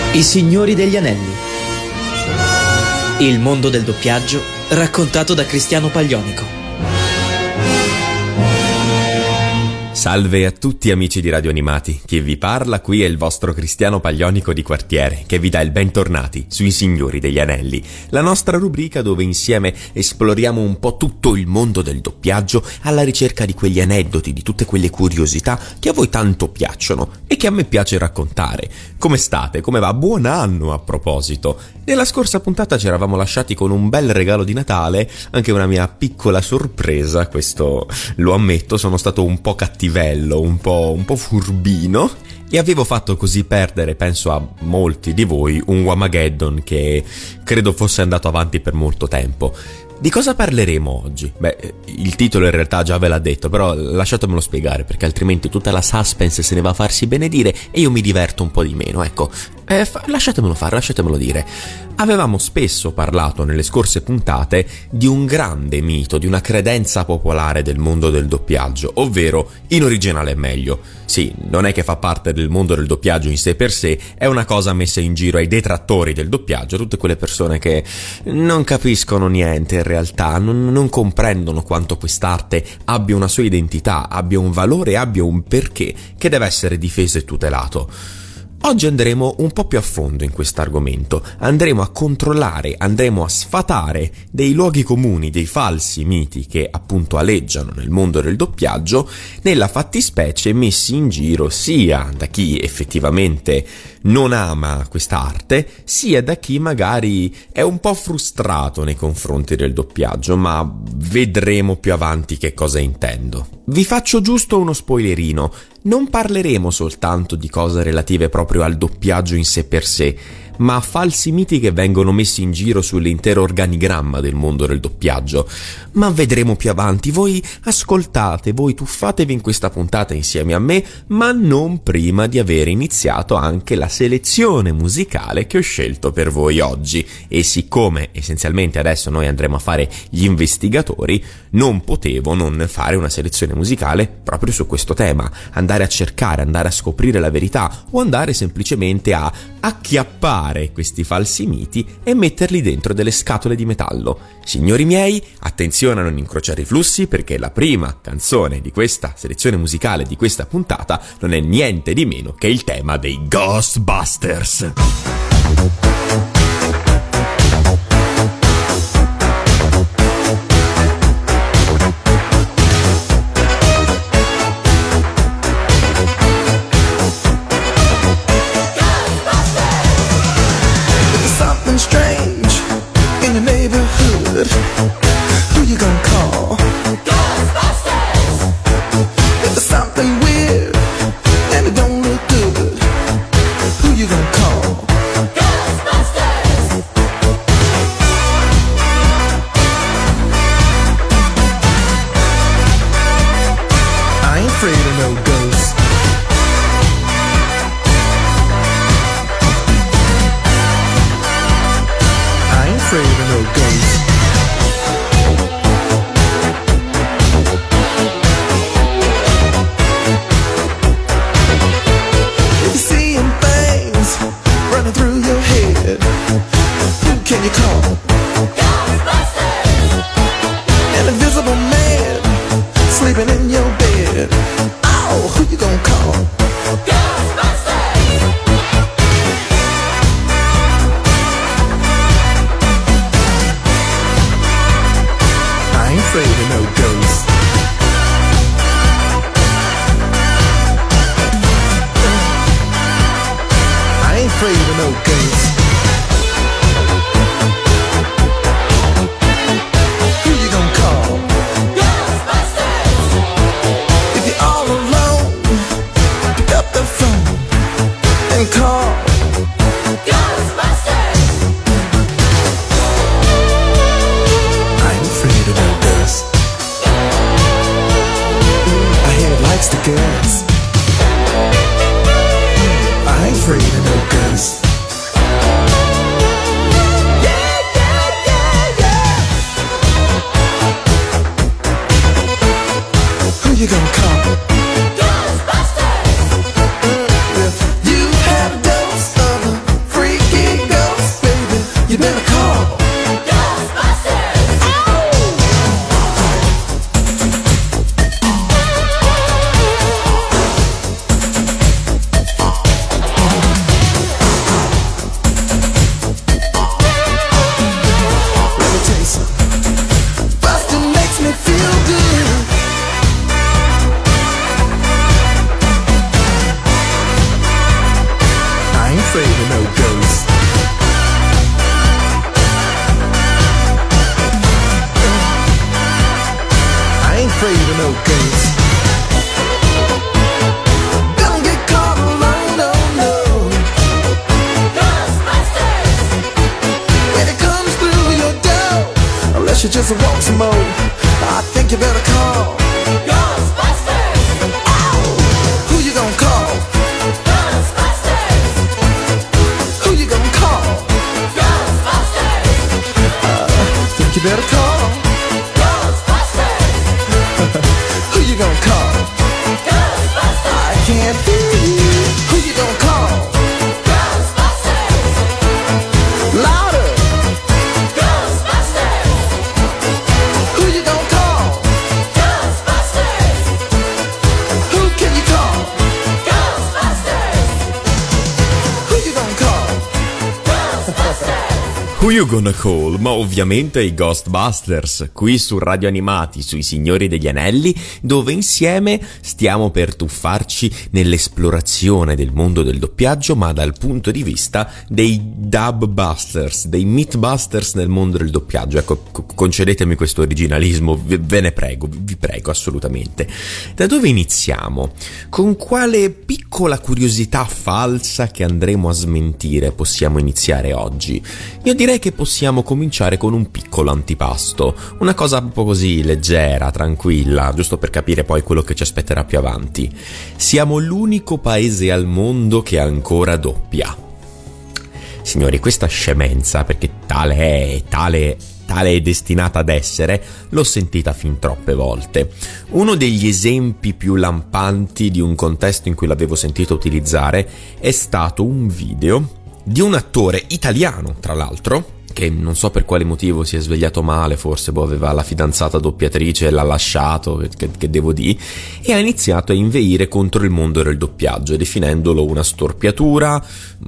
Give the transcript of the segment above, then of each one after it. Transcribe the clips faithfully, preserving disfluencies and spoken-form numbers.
I Signori degli Anelli. Il mondo del doppiaggio raccontato da Cristiano Paglionico. Salve a tutti amici di Radio Animati, chi vi parla qui è il vostro Cristiano Paglionico di quartiere che vi dà il bentornati sui Signori degli Anelli, la nostra rubrica dove insieme esploriamo un po' tutto il mondo del doppiaggio alla ricerca di quegli aneddoti, di tutte quelle curiosità che a voi tanto piacciono e che a me piace raccontare. Come state? Come va? Buon anno a proposito! Nella scorsa puntata ci eravamo lasciati con un bel regalo di Natale, anche una mia piccola sorpresa, questo lo ammetto, sono stato un po' cattivello, un po', un po' furbino e avevo fatto così perdere, penso a molti di voi, un Whamageddon che credo fosse andato avanti per molto tempo. Di cosa parleremo oggi? Beh, il titolo in realtà già ve l'ha detto, però lasciatemelo spiegare perché altrimenti tutta la suspense se ne va a farsi benedire e io mi diverto un po' di meno, ecco. Eh, fa- lasciatemelo fare, lasciatemelo dire. Avevamo spesso parlato nelle scorse puntate di un grande mito, di una credenza popolare del mondo del doppiaggio, ovvero in originale è meglio. Sì, non è che fa parte del mondo del doppiaggio in sé per sé, è una cosa messa in giro ai detrattori del doppiaggio, tutte quelle persone che non capiscono niente in realtà, non, non comprendono quanto quest'arte abbia una sua identità, abbia un valore, abbia un perché che deve essere difeso e tutelato. Oggi andremo un po' più a fondo in questo argomento, andremo a controllare, andremo a sfatare dei luoghi comuni, dei falsi miti che appunto aleggiano nel mondo del doppiaggio, nella fattispecie messi in giro sia da chi effettivamente non ama quest'arte, sia da chi magari è un po' frustrato nei confronti del doppiaggio, ma vedremo più avanti che cosa intendo. Vi faccio giusto uno spoilerino. Non parleremo soltanto di cose relative proprio al doppiaggio in sé per sé, ma a falsi miti che vengono messi in giro sull'intero organigramma del mondo del doppiaggio. Ma vedremo più avanti, voi ascoltate, voi tuffatevi in questa puntata insieme a me, ma non prima di aver iniziato anche la selezione musicale che ho scelto per voi oggi. E siccome essenzialmente adesso noi andremo a fare gli investigatori, non potevo non fare una selezione musicale proprio su questo tema, andare a cercare, andare a scoprire la verità o andare semplicemente a acchiappare questi falsi miti e metterli dentro delle scatole di metallo. Signori miei, attenzione a non incrociare i flussi perché la prima canzone di questa selezione musicale di questa puntata non è niente di meno che il tema dei Ghostbusters. Who you gonna call? Ghostbusters! If there's something weird and it don't look good, who you gonna call? Ghostbusters! I ain't afraid of no ghosts. I ain't afraid of no ghosts. Can you call? Ghostbusters! An invisible man sleeping in your bed. Oh, who you gonna call? Ghostbusters! I ain't afraid of no ghosts. I ain't afraid of no ghosts. Call Ghostbusters! I ain't afraid of no ghosts. I hear it likes the girls. I ain't afraid of no ghosts. Yeah, yeah, yeah, yeah. Who you gonna call? Ghostbusters! If you have dose of a freak to walk some more. I think you better call Ghostbusters. Oh, who you gonna call? Ghostbusters. Who you gonna call? Ghostbusters. Uh, think you better call Ghostbusters. Who you gonna call? Ghostbusters. I can't hear you. Who you gonna call? Ghostbusters. Louder. Ghostbusters. Who you gonna call? Ghostbusters. Who can you call? Ghostbusters. Who you gonna call? Ghostbusters. Who you gonna call? Ma ovviamente i Ghostbusters, qui su Radio Animati, sui Signori degli Anelli, dove insieme stiamo per tuffarci nell'esplorazione del mondo del doppiaggio, ma dal punto di vista dei Dubbusters, dei Mythbusters nel mondo del doppiaggio. Ecco, concedetemi questo originalismo, ve ne prego, vi prego assolutamente. Da dove iniziamo? Con quale piccola curiosità falsa che andremo a smentire possiamo iniziare oggi? Io direi che possiamo cominciare con un piccolo antipasto, una cosa un po' così leggera, tranquilla, giusto per capire poi quello che ci aspetterà più avanti. Siamo l'unico paese al mondo che ancora doppia. Signori, questa scemenza, perché tale è, tale tale è destinata ad essere, l'ho sentita fin troppe volte. Uno degli esempi più lampanti di un contesto in cui l'avevo sentito utilizzare è stato un video di un attore italiano, tra l'altro, che non so per quale motivo si è svegliato male, forse boh, aveva la fidanzata doppiatrice e l'ha lasciato, che, che devo dire, e ha iniziato a inveire contro il mondo del doppiaggio, definendolo una storpiatura,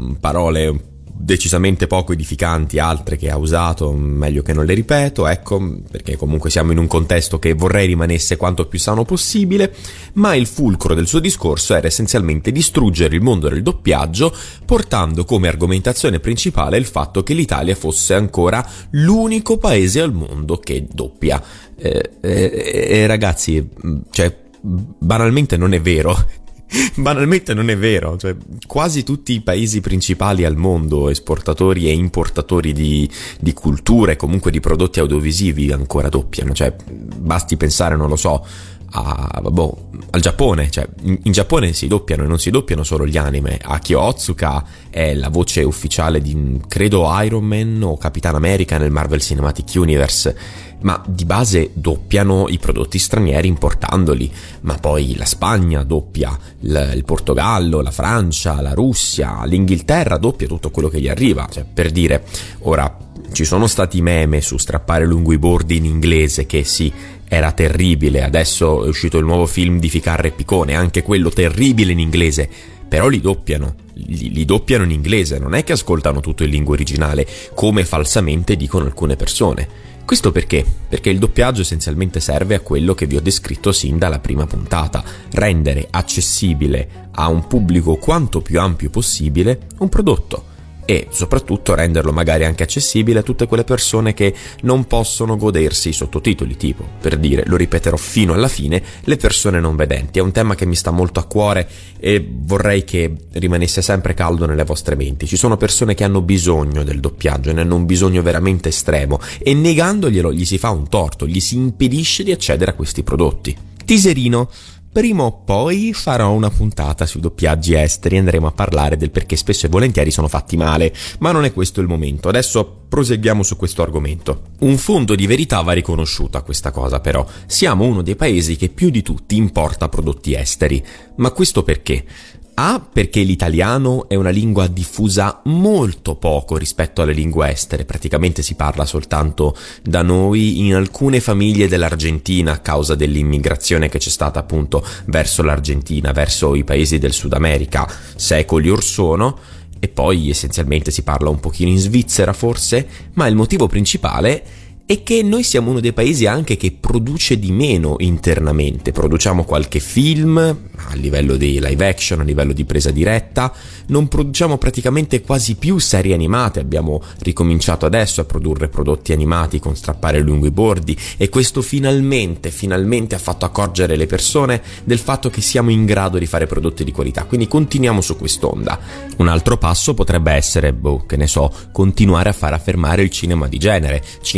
parole decisamente poco edificanti, altre che ha usato, meglio che non le ripeto, ecco, perché comunque siamo in un contesto che vorrei rimanesse quanto più sano possibile, ma il fulcro del suo discorso era essenzialmente distruggere il mondo del doppiaggio, portando come argomentazione principale il fatto che l'Italia fosse ancora l'unico paese al mondo che doppia. E eh, eh, eh, ragazzi, cioè, banalmente non è vero. Banalmente non è vero, cioè quasi tutti i paesi principali al mondo, esportatori e importatori di, di cultura e comunque di prodotti audiovisivi, ancora doppiano, cioè basti pensare, non lo so, a, boh, al Giappone, cioè in, in Giappone si doppiano e non si doppiano solo gli anime. Akio Otsuka è la voce ufficiale di, credo, Iron Man o Capitan America nel Marvel Cinematic Universe, ma di base doppiano i prodotti stranieri importandoli, ma poi la Spagna doppia, il, il Portogallo, la Francia, la Russia, l'Inghilterra doppia tutto quello che gli arriva, cioè per dire, ora ci sono stati meme su strappare lungo i bordi in inglese che sì, era terribile, adesso è uscito il nuovo film di Ficarra e Picone, anche quello terribile in inglese, però li doppiano, li, li doppiano in inglese, non è che ascoltano tutto in lingua originale, come falsamente dicono alcune persone. Questo perché? Perché il doppiaggio essenzialmente serve a quello che vi ho descritto sin dalla prima puntata, rendere accessibile a un pubblico quanto più ampio possibile un prodotto e soprattutto renderlo magari anche accessibile a tutte quelle persone che non possono godersi i sottotitoli, tipo, per dire, lo ripeterò fino alla fine, le persone non vedenti. È un tema che mi sta molto a cuore e vorrei che rimanesse sempre caldo nelle vostre menti. Ci sono persone che hanno bisogno del doppiaggio, ne hanno un bisogno veramente estremo e negandoglielo gli si fa un torto, gli si impedisce di accedere a questi prodotti. Teaserino. Prima o poi farò una puntata sui doppiaggi esteri e andremo a parlare del perché spesso e volentieri sono fatti male, ma non è questo il momento. Adesso proseguiamo su questo argomento. Un fondo di verità va riconosciuto a questa cosa, però. Siamo uno dei paesi che più di tutti importa prodotti esteri. Ma questo perché? A, perché l'italiano è una lingua diffusa molto poco rispetto alle lingue estere, praticamente si parla soltanto da noi in alcune famiglie dell'Argentina a causa dell'immigrazione che c'è stata appunto verso l'Argentina, verso i paesi del Sud America secoli or sono, e poi essenzialmente si parla un pochino in Svizzera forse, ma il motivo principale è che noi siamo uno dei paesi anche che produce di meno internamente, produciamo qualche film a livello di live action, a livello di presa diretta, non produciamo praticamente quasi più serie animate, abbiamo ricominciato adesso a produrre prodotti animati con strappare lungo i bordi e questo finalmente, finalmente ha fatto accorgere le persone del fatto che siamo in grado di fare prodotti di qualità, quindi continuiamo su quest'onda. Un altro passo potrebbe essere, boh, che ne so, continuare a far affermare il cinema di genere, cinema italiano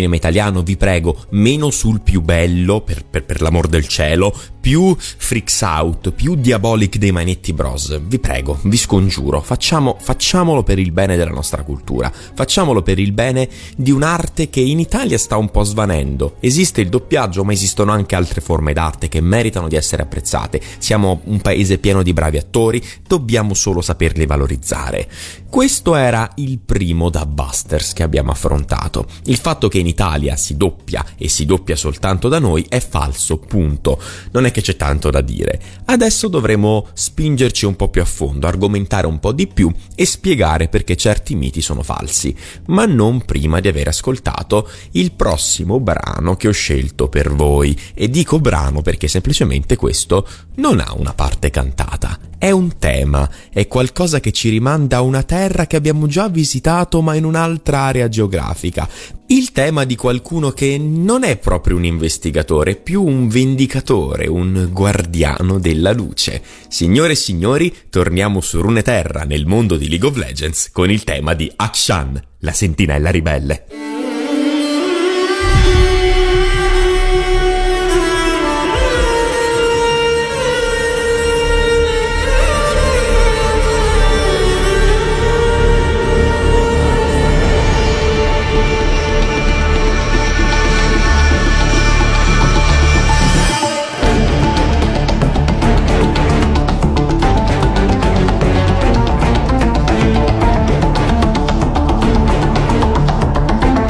italiano, vi prego, meno sul più bello, per, per, per l'amor del cielo, più Freaks Out, più Diabolic dei Manetti Bros. Vi prego, vi scongiuro, facciamo, facciamolo per il bene della nostra cultura, facciamolo per il bene di un'arte che in Italia sta un po' svanendo. Esiste il doppiaggio, ma esistono anche altre forme d'arte che meritano di essere apprezzate. Siamo un paese pieno di bravi attori, dobbiamo solo saperli valorizzare. Questo era il primo Dubbusters che abbiamo affrontato. Il fatto che in Italia si doppia e si doppia soltanto da noi è falso, punto. Non è che c'è tanto da dire. Adesso dovremo spingerci un po' più a fondo, argomentare un po' di più e spiegare perché certi miti sono falsi, ma non prima di aver ascoltato il prossimo brano che ho scelto per voi. E dico brano perché semplicemente questo non ha una parte cantata. È un tema, è qualcosa che ci rimanda a una terra che abbiamo già visitato ma in un'altra area geografica. Il tema di qualcuno che non è proprio un investigatore, è più un vendicatore, un guardiano della luce. Signore e signori, torniamo su Runeterra nel mondo di League of Legends con il tema di Akshan, la sentinella ribelle. Thank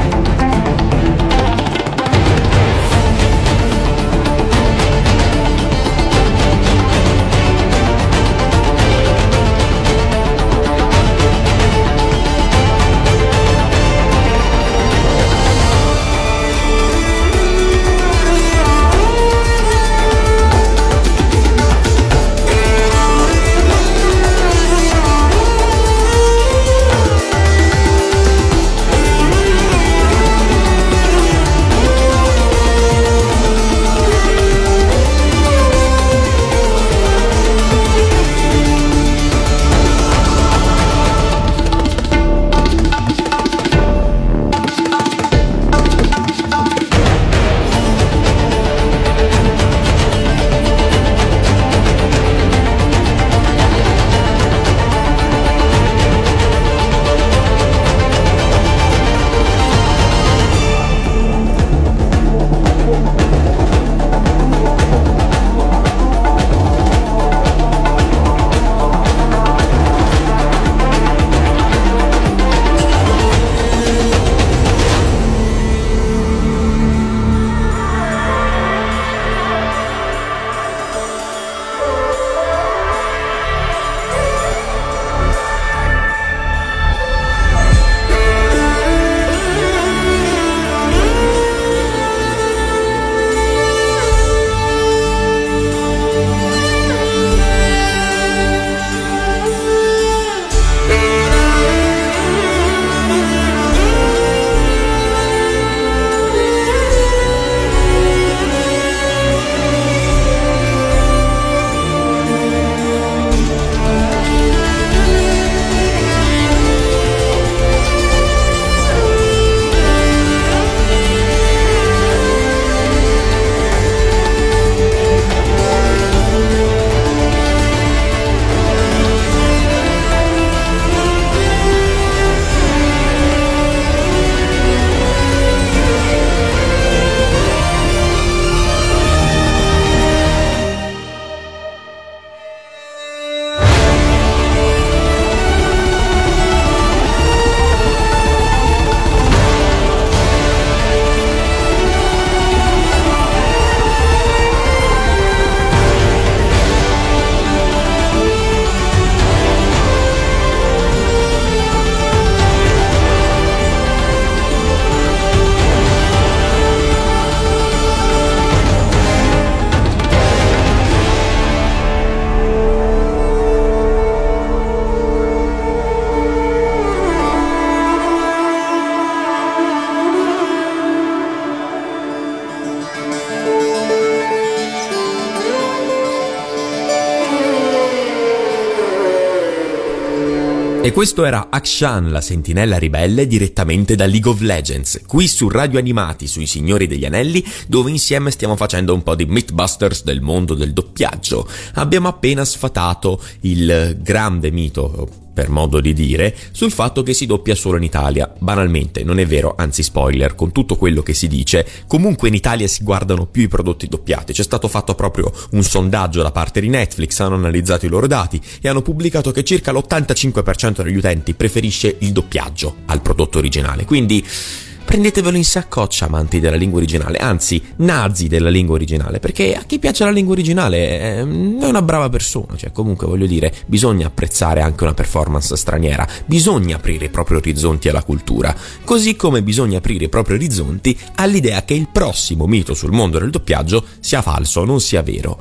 E questo era Akshan, la sentinella ribelle, direttamente da League of Legends, qui su Radio Animati, sui Signori degli Anelli, dove insieme stiamo facendo un po' di Mythbusters del mondo del doppiaggio. Abbiamo appena sfatato il grande mito, per modo di dire, sul fatto che si doppia solo in Italia. Banalmente, non è vero, anzi spoiler, con tutto quello che si dice, comunque in Italia si guardano più i prodotti doppiati. C'è stato fatto proprio un sondaggio da parte di Netflix, hanno analizzato i loro dati e hanno pubblicato che circa l'ottantacinque per cento degli utenti preferisce il doppiaggio al prodotto originale. Quindi prendetevelo in saccoccia, amanti della lingua originale, anzi nazi della lingua originale, perché a chi piace la lingua originale è una brava persona. Cioè, comunque, voglio dire, bisogna apprezzare anche una performance straniera, bisogna aprire i propri orizzonti alla cultura, così come bisogna aprire i propri orizzonti all'idea che il prossimo mito sul mondo del doppiaggio sia falso, non sia vero.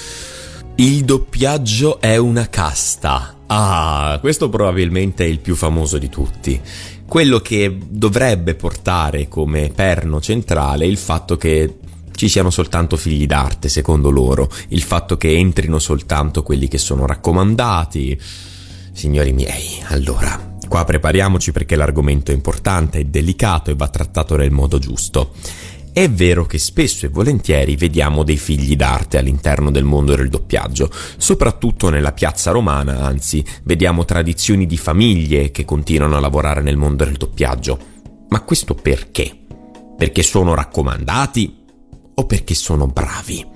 Il doppiaggio è una casta. Ah, questo probabilmente è il più famoso di tutti. Quello che dovrebbe portare come perno centrale il fatto che ci siano soltanto figli d'arte, secondo loro, il fatto che entrino soltanto quelli che sono raccomandati. Signori miei, allora, qua prepariamoci perché l'argomento è importante, è delicato e va trattato nel modo giusto. È vero che spesso e volentieri vediamo dei figli d'arte all'interno del mondo del doppiaggio, soprattutto nella piazza romana, anzi, vediamo tradizioni di famiglie che continuano a lavorare nel mondo del doppiaggio. Ma questo perché? Perché sono raccomandati o perché sono bravi?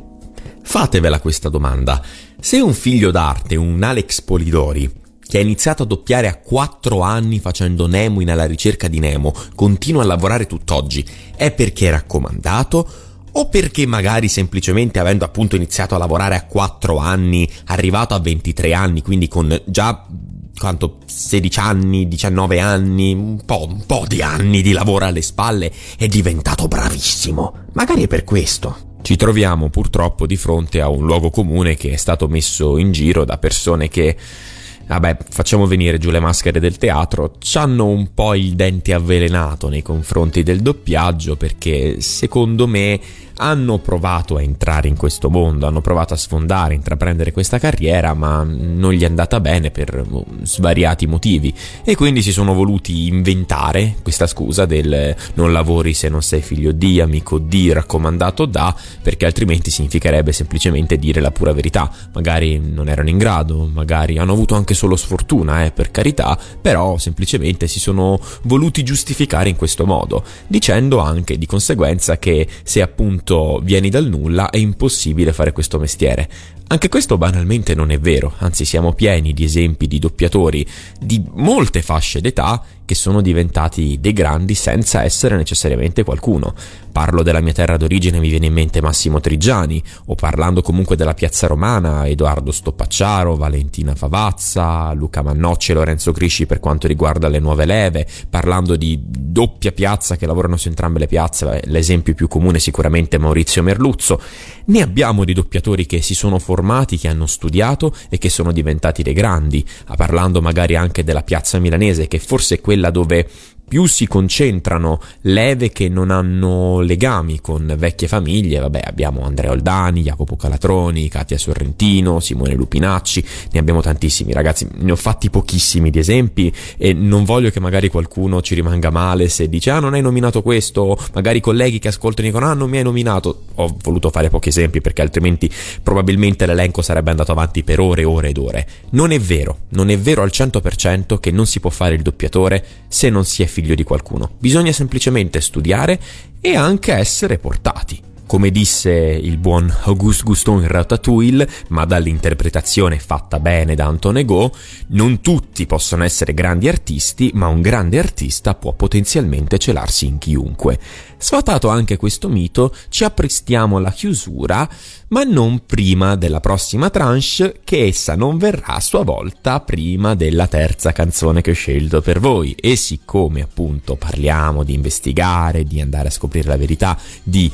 Fatevela questa domanda. Se un figlio d'arte, un Alex Polidori, che ha iniziato a doppiare a quattro anni facendo Nemo in Alla ricerca di Nemo, continua a lavorare tutt'oggi, è perché è raccomandato o perché magari semplicemente avendo appunto iniziato a lavorare a quattro anni, arrivato a ventitré anni, quindi con già quanto sedici anni, diciannove anni, un po', un po' di anni di lavoro alle spalle, è diventato bravissimo? Magari è per questo. Ci troviamo purtroppo di fronte a un luogo comune che è stato messo in giro da persone che, vabbè, facciamo venire giù le maschere del teatro, c'hanno un po' il dente avvelenato nei confronti del doppiaggio, perché secondo me hanno provato a entrare in questo mondo, hanno provato a sfondare, a intraprendere questa carriera, ma non gli è andata bene per svariati motivi e quindi si sono voluti inventare questa scusa del non lavori se non sei figlio di, amico di, raccomandato da, perché altrimenti significherebbe semplicemente dire la pura verità. Magari non erano in grado, magari hanno avuto anche solo sfortuna, eh, per carità, però semplicemente si sono voluti giustificare in questo modo, dicendo anche di conseguenza che se appunto vieni dal nulla è impossibile fare questo mestiere. Anche questo banalmente non è vero, anzi siamo pieni di esempi di doppiatori di molte fasce d'età che sono diventati dei grandi senza essere necessariamente qualcuno. Parlo della mia terra d'origine, mi viene in mente Massimo Trigiani, o parlando comunque della piazza romana, Edoardo Stoppacciaro, Valentina Favazza, Luca Mannocci e Lorenzo Crisci per quanto riguarda le nuove leve, parlando di doppia piazza che lavorano su entrambe le piazze, l'esempio più comune sicuramente è Maurizio Merluzzo. Ne abbiamo di doppiatori che si sono formati, che hanno studiato e che sono diventati dei grandi, parlando magari anche della piazza milanese, che forse è quella dove più si concentrano leve che non hanno legami con vecchie famiglie. Vabbè, abbiamo Andrea Oldani, Jacopo Calatroni, Katia Sorrentino, Simone Lupinacci, ne abbiamo tantissimi, ragazzi, ne ho fatti pochissimi di esempi e non voglio che magari qualcuno ci rimanga male se dice ah non hai nominato questo, magari colleghi che ascoltano dicono ah non mi hai nominato. Ho voluto fare pochi esempi perché altrimenti probabilmente l'elenco sarebbe andato avanti per ore e ore ed ore. Non è vero, non è vero al cento per cento che non si può fare il doppiatore se non si è figlio di qualcuno. Bisogna semplicemente studiare e anche essere portati. Come disse il buon Auguste Gusteau in Ratatouille, ma dall'interpretazione fatta bene da Anton Ego, non tutti possono essere grandi artisti, ma un grande artista può potenzialmente celarsi in chiunque. Sfatato anche questo mito, ci apprestiamo alla chiusura, ma non prima della prossima tranche, che essa non verrà a sua volta prima della terza canzone che ho scelto per voi. E siccome appunto parliamo di investigare, di andare a scoprire la verità, di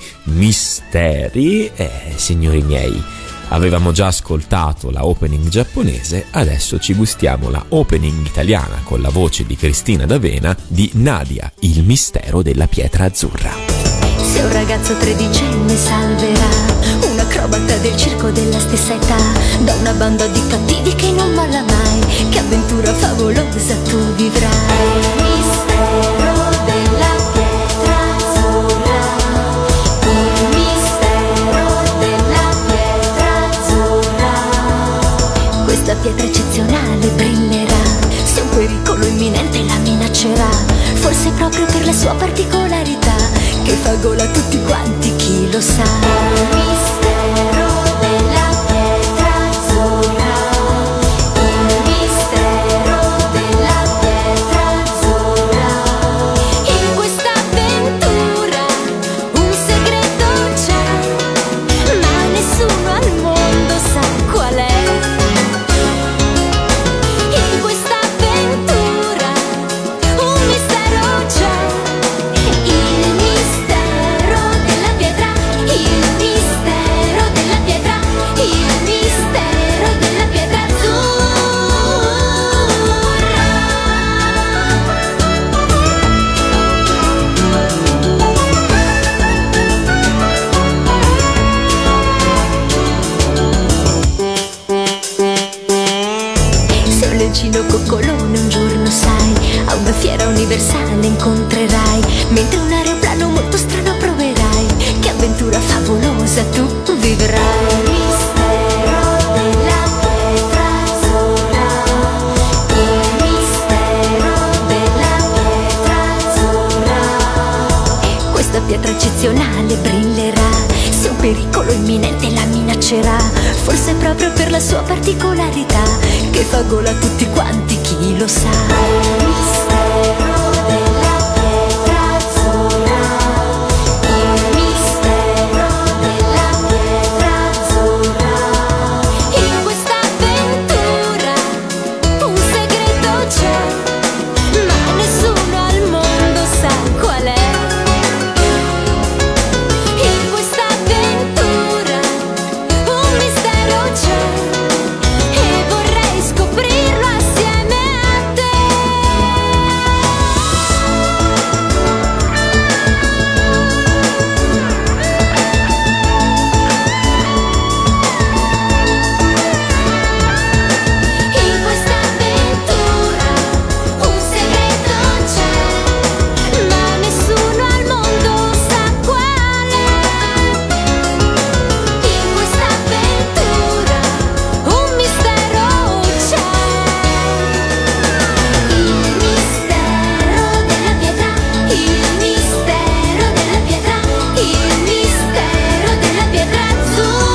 misteri, eh, signori miei, avevamo già ascoltato la opening giapponese, adesso ci gustiamo la opening italiana con la voce di Cristina D'Avena di Nadia, il mistero della pietra azzurra. Se un ragazzo tredicenne salverà un acrobata del circo della stessa età da una banda di cattivi che non molla mai, che avventura favolosa tu vivrai. Il mistero della pietra azzurra, il mistero della pietra azzurra. Questa pietra eccezionale brillerà, se un pericolo imminente la minaccerà, forse proprio per la sua particolarità, che fa gola a tutti quanti, chi lo sa. Il mistero della pietra azzurra, il mistero della pietra azzurra. In questa avventura un segreto c'è, ma nessuno al mondo sa qual è. In questa avventura un mistero c'è, il mistero della pietra, il mistero della pietra, il mistero della pietra azzurra. Se un leccino coccolone un giorno sai, a una fiera universale incontrerai, mentre un aeroplano molto strano proverai, che avventura favolosa tu vivrai. Il mistero della pietra azzurra, il mistero della pietra azzurra. Questa pietra eccezionale brillerà, se un pericolo imminente la minaccerà, forse proprio per la sua particolarità, che fa gola a tutti quanti, chi lo sa. Il mistero della pietra azzurra, il mistero della pietra azzurra. In questa avventura un segreto c'è, ma nessuno al mondo sa qual è. In questa avventura un mistero c'è, e vorrei scoprirlo assieme a te. In questa avventura un segreto c'è, ma nessuno al mondo sa qual è. In questa avventura un mistero c'è, il mistero della pietra, il mistero della pietra, il mistero della pietra azzurra.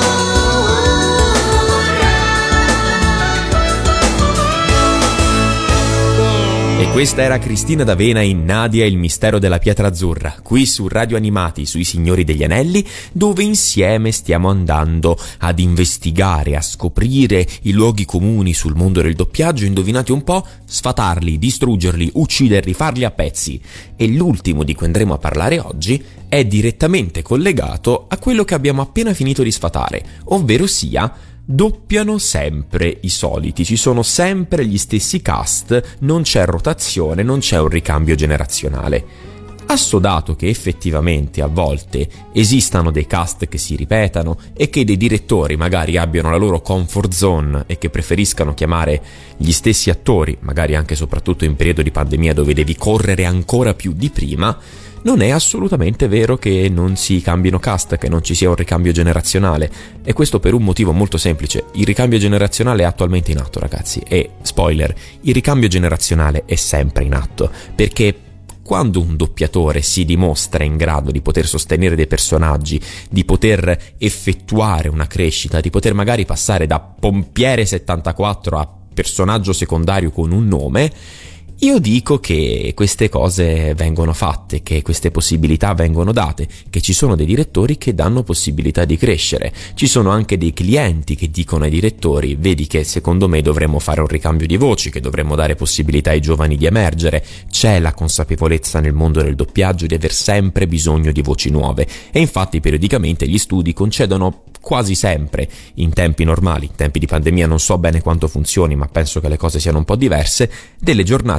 E questa era Cristina D'Avena in Nadia e il mistero della pietra azzurra, qui su Radio Animati sui Signori degli Anelli, dove insieme stiamo andando ad investigare, a scoprire i luoghi comuni sul mondo del doppiaggio, indovinate un po', sfatarli, distruggerli, ucciderli, farli a pezzi. E l'ultimo di cui andremo a parlare oggi è direttamente collegato a quello che abbiamo appena finito di sfatare, ovvero sia doppiano sempre i soliti, ci sono sempre gli stessi cast, non c'è rotazione, non c'è un ricambio generazionale. Assodato che effettivamente a volte esistano dei cast che si ripetano e che dei direttori magari abbiano la loro comfort zone e che preferiscano chiamare gli stessi attori, magari anche e soprattutto in periodo di pandemia dove devi correre ancora più di prima, non è assolutamente vero che non si cambino cast, che non ci sia un ricambio generazionale, e questo per un motivo molto semplice: il ricambio generazionale è attualmente in atto, ragazzi, e spoiler, il ricambio generazionale è sempre in atto, perché quando un doppiatore si dimostra in grado di poter sostenere dei personaggi, di poter effettuare una crescita, di poter magari passare da pompiere settantaquattro a personaggio secondario con un nome, io dico che queste cose vengono fatte, che queste possibilità vengono date, che ci sono dei direttori che danno possibilità di crescere, ci sono anche dei clienti che dicono ai direttori: vedi che secondo me dovremmo fare un ricambio di voci, che dovremmo dare possibilità ai giovani di emergere. C'è la consapevolezza nel mondo del doppiaggio di aver sempre bisogno di voci nuove, e infatti periodicamente gli studi concedono quasi sempre, in tempi normali, in tempi di pandemia non so bene quanto funzioni, ma penso che le cose siano un po' diverse, delle giornate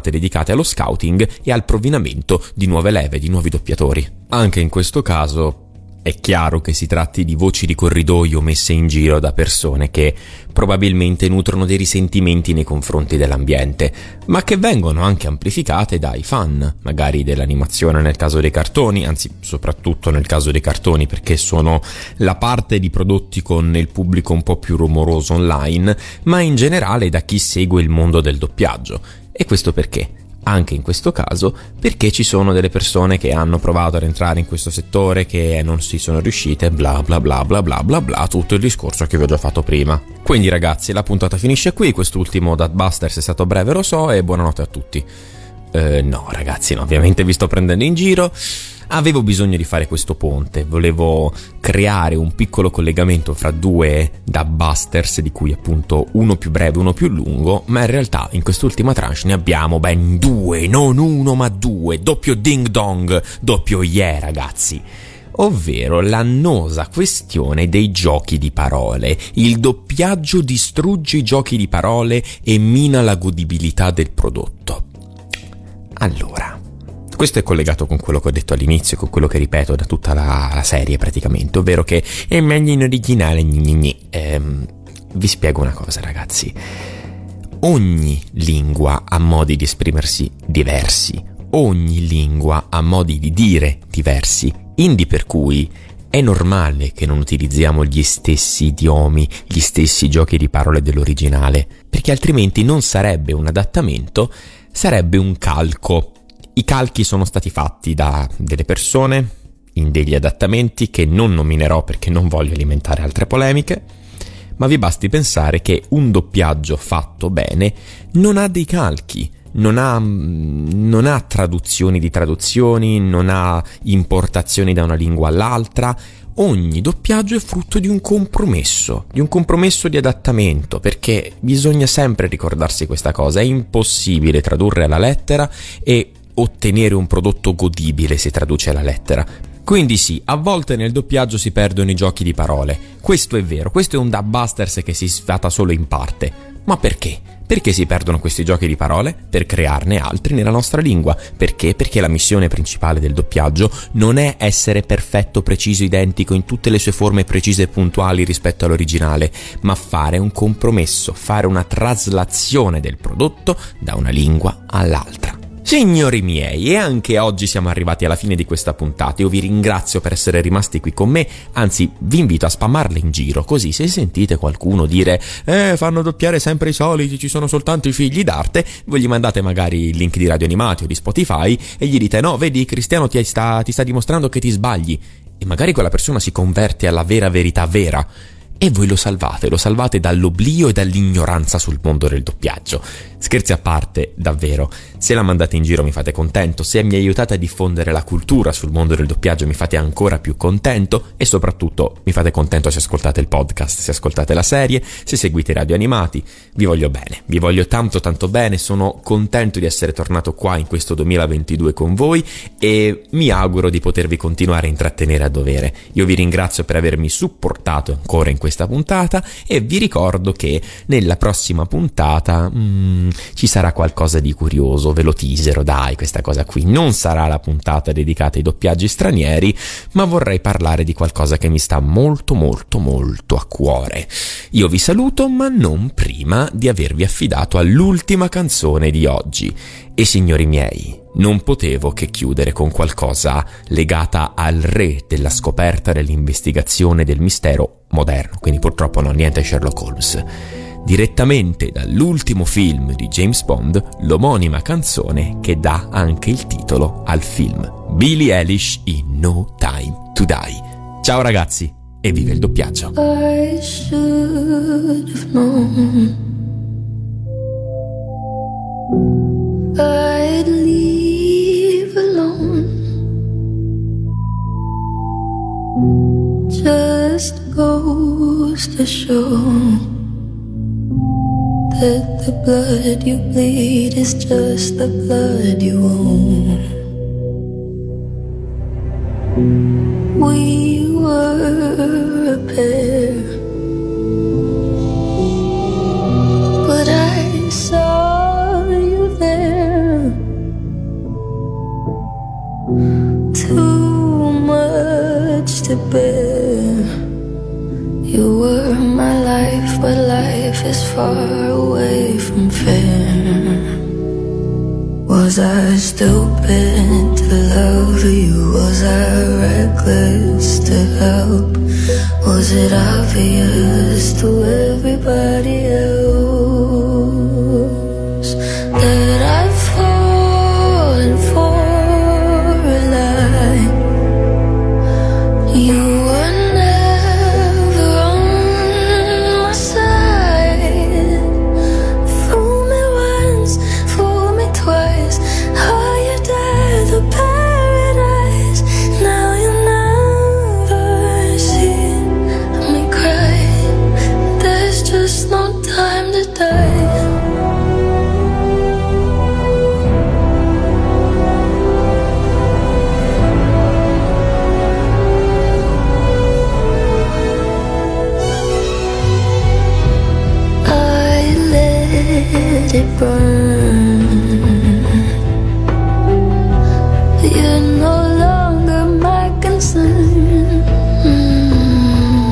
chiamate dedicate allo scouting e al provvinamento di nuove leve, di nuovi doppiatori. Anche in questo caso è chiaro che si tratti di voci di corridoio messe in giro da persone che probabilmente nutrono dei risentimenti nei confronti dell'ambiente, ma che vengono anche amplificate dai fan, magari dell'animazione nel caso dei cartoni, anzi soprattutto nel caso dei cartoni, perché sono la parte di prodotti con il pubblico un po' più rumoroso online, ma in generale da chi segue il mondo del doppiaggio. E questo perché? Anche in questo caso perché ci sono delle persone che hanno provato ad entrare in questo settore, che non si sono riuscite, bla bla bla bla bla bla bla, tutto il discorso che vi ho già fatto prima. Quindi ragazzi, la puntata finisce qui, quest'ultimo Dustbusters è stato breve, lo so, e buonanotte a tutti. Eh, no ragazzi, no, ovviamente vi sto prendendo in giro. Avevo bisogno di fare questo ponte, volevo creare un piccolo collegamento fra due Dustbusters, di cui appunto uno più breve, uno più lungo, ma in realtà in quest'ultima tranche ne abbiamo ben due, non uno ma due, doppio ding dong, doppio yeah ragazzi. Ovvero l'annosa questione dei giochi di parole. Il doppiaggio distrugge i giochi di parole e mina la godibilità del prodotto. Allora, questo è collegato con quello che ho detto all'inizio, con quello che ripeto da tutta la, la serie praticamente, ovvero che è meglio in originale. Gni gni gni. Ehm, vi spiego una cosa ragazzi, ogni lingua ha modi di esprimersi diversi, ogni lingua ha modi di dire diversi, indi per cui è normale che non utilizziamo gli stessi idiomi, gli stessi giochi di parole dell'originale, perché altrimenti non sarebbe un adattamento, sarebbe un calco. I calchi sono stati fatti da delle persone in degli adattamenti che non nominerò perché non voglio alimentare altre polemiche, ma vi basti pensare che un doppiaggio fatto bene non ha dei calchi, non ha, non ha traduzioni di traduzioni, non ha importazioni da una lingua all'altra. Ogni doppiaggio è frutto di un compromesso, di un compromesso di adattamento, perché bisogna sempre ricordarsi questa cosa, è impossibile tradurre alla lettera e ottenere un prodotto godibile se traduce alla lettera. Quindi sì, a volte nel doppiaggio si perdono i giochi di parole, questo è vero, questo è un Dustbusters che si sfata solo in parte. Ma perché? Perché si perdono questi giochi di parole? Per crearne altri nella nostra lingua. Perché? Perché la missione principale del doppiaggio non è essere perfetto, preciso, identico in tutte le sue forme precise e puntuali rispetto all'originale, ma fare un compromesso, fare una traslazione del prodotto da una lingua all'altra. Signori miei, e anche oggi siamo arrivati alla fine di questa puntata. Io vi ringrazio per essere rimasti qui con me, anzi vi invito a spammarle in giro, così se sentite qualcuno dire eh fanno doppiare sempre i soliti, ci sono soltanto i figli d'arte, voi gli mandate magari il link di Radio Animati o di Spotify e gli dite no, vedi Cristiano ti sta, ti sta dimostrando che ti sbagli, e magari quella persona si converte alla vera verità vera. E voi lo salvate, lo salvate dall'oblio e dall'ignoranza sul mondo del doppiaggio. Scherzi a parte, davvero, se la mandate in giro mi fate contento, se mi aiutate a diffondere la cultura sul mondo del doppiaggio mi fate ancora più contento, e soprattutto mi fate contento se ascoltate il podcast, se ascoltate la serie, se seguite i Radio Animati. Vi voglio bene, vi voglio tanto tanto bene, sono contento di essere tornato qua in questo duemilaventidue con voi e mi auguro di potervi continuare a intrattenere a dovere. Io vi ringrazio per avermi supportato ancora in questa puntata e vi ricordo che nella prossima puntata mm, ci sarà qualcosa di curioso, ve lo teasero, dai, questa cosa qui non sarà la puntata dedicata ai doppiaggi stranieri, ma vorrei parlare di qualcosa che mi sta molto molto molto a cuore. Io vi saluto, ma non prima di avervi affidato all'ultima canzone di oggi. E signori miei, non potevo che chiudere con qualcosa legata al re della scoperta dell'investigazione del mistero moderno, quindi purtroppo non niente Sherlock Holmes. Direttamente dall'ultimo film di James Bond, l'omonima canzone che dà anche il titolo al film, Billie Eilish in No Time to Die. Ciao ragazzi e viva il doppiaggio! I should have known I'd leave alone. Just goes to show that the blood you bleed is just the blood you own. We were a pair, but I saw you there. far away from fear? Was I stupid to love you? Was I reckless to help? Was it obvious to everybody else that I've fallen for a lie? You were never on my side. Fool me once, fool me twice. Are you there, the paradise? Now you never see me cry. There's just no time to die. Let it burn. You're no longer my concern. Mm.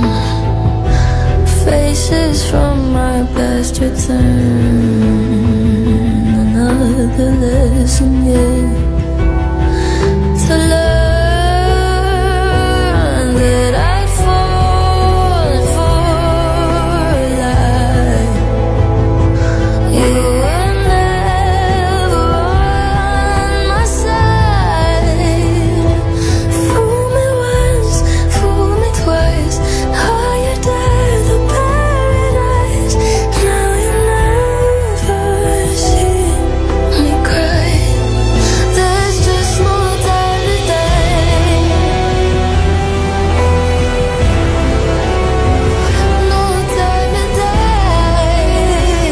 Faces from my past return. Another lesson, yeah, to learn that I'd fallen for a lie. You were never on my side. Fool me once, fool me twice. Are you there, the paradise? Now you never see me cry. There's just no time to die. No time to die.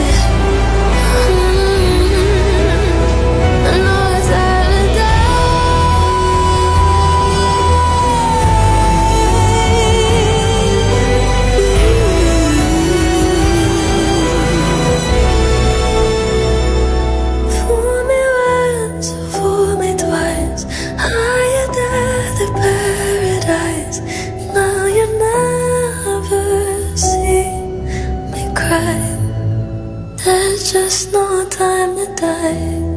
Fool me once, fool me twice. Are you there, the paradise? Now you never see me cry. There's just no time to die.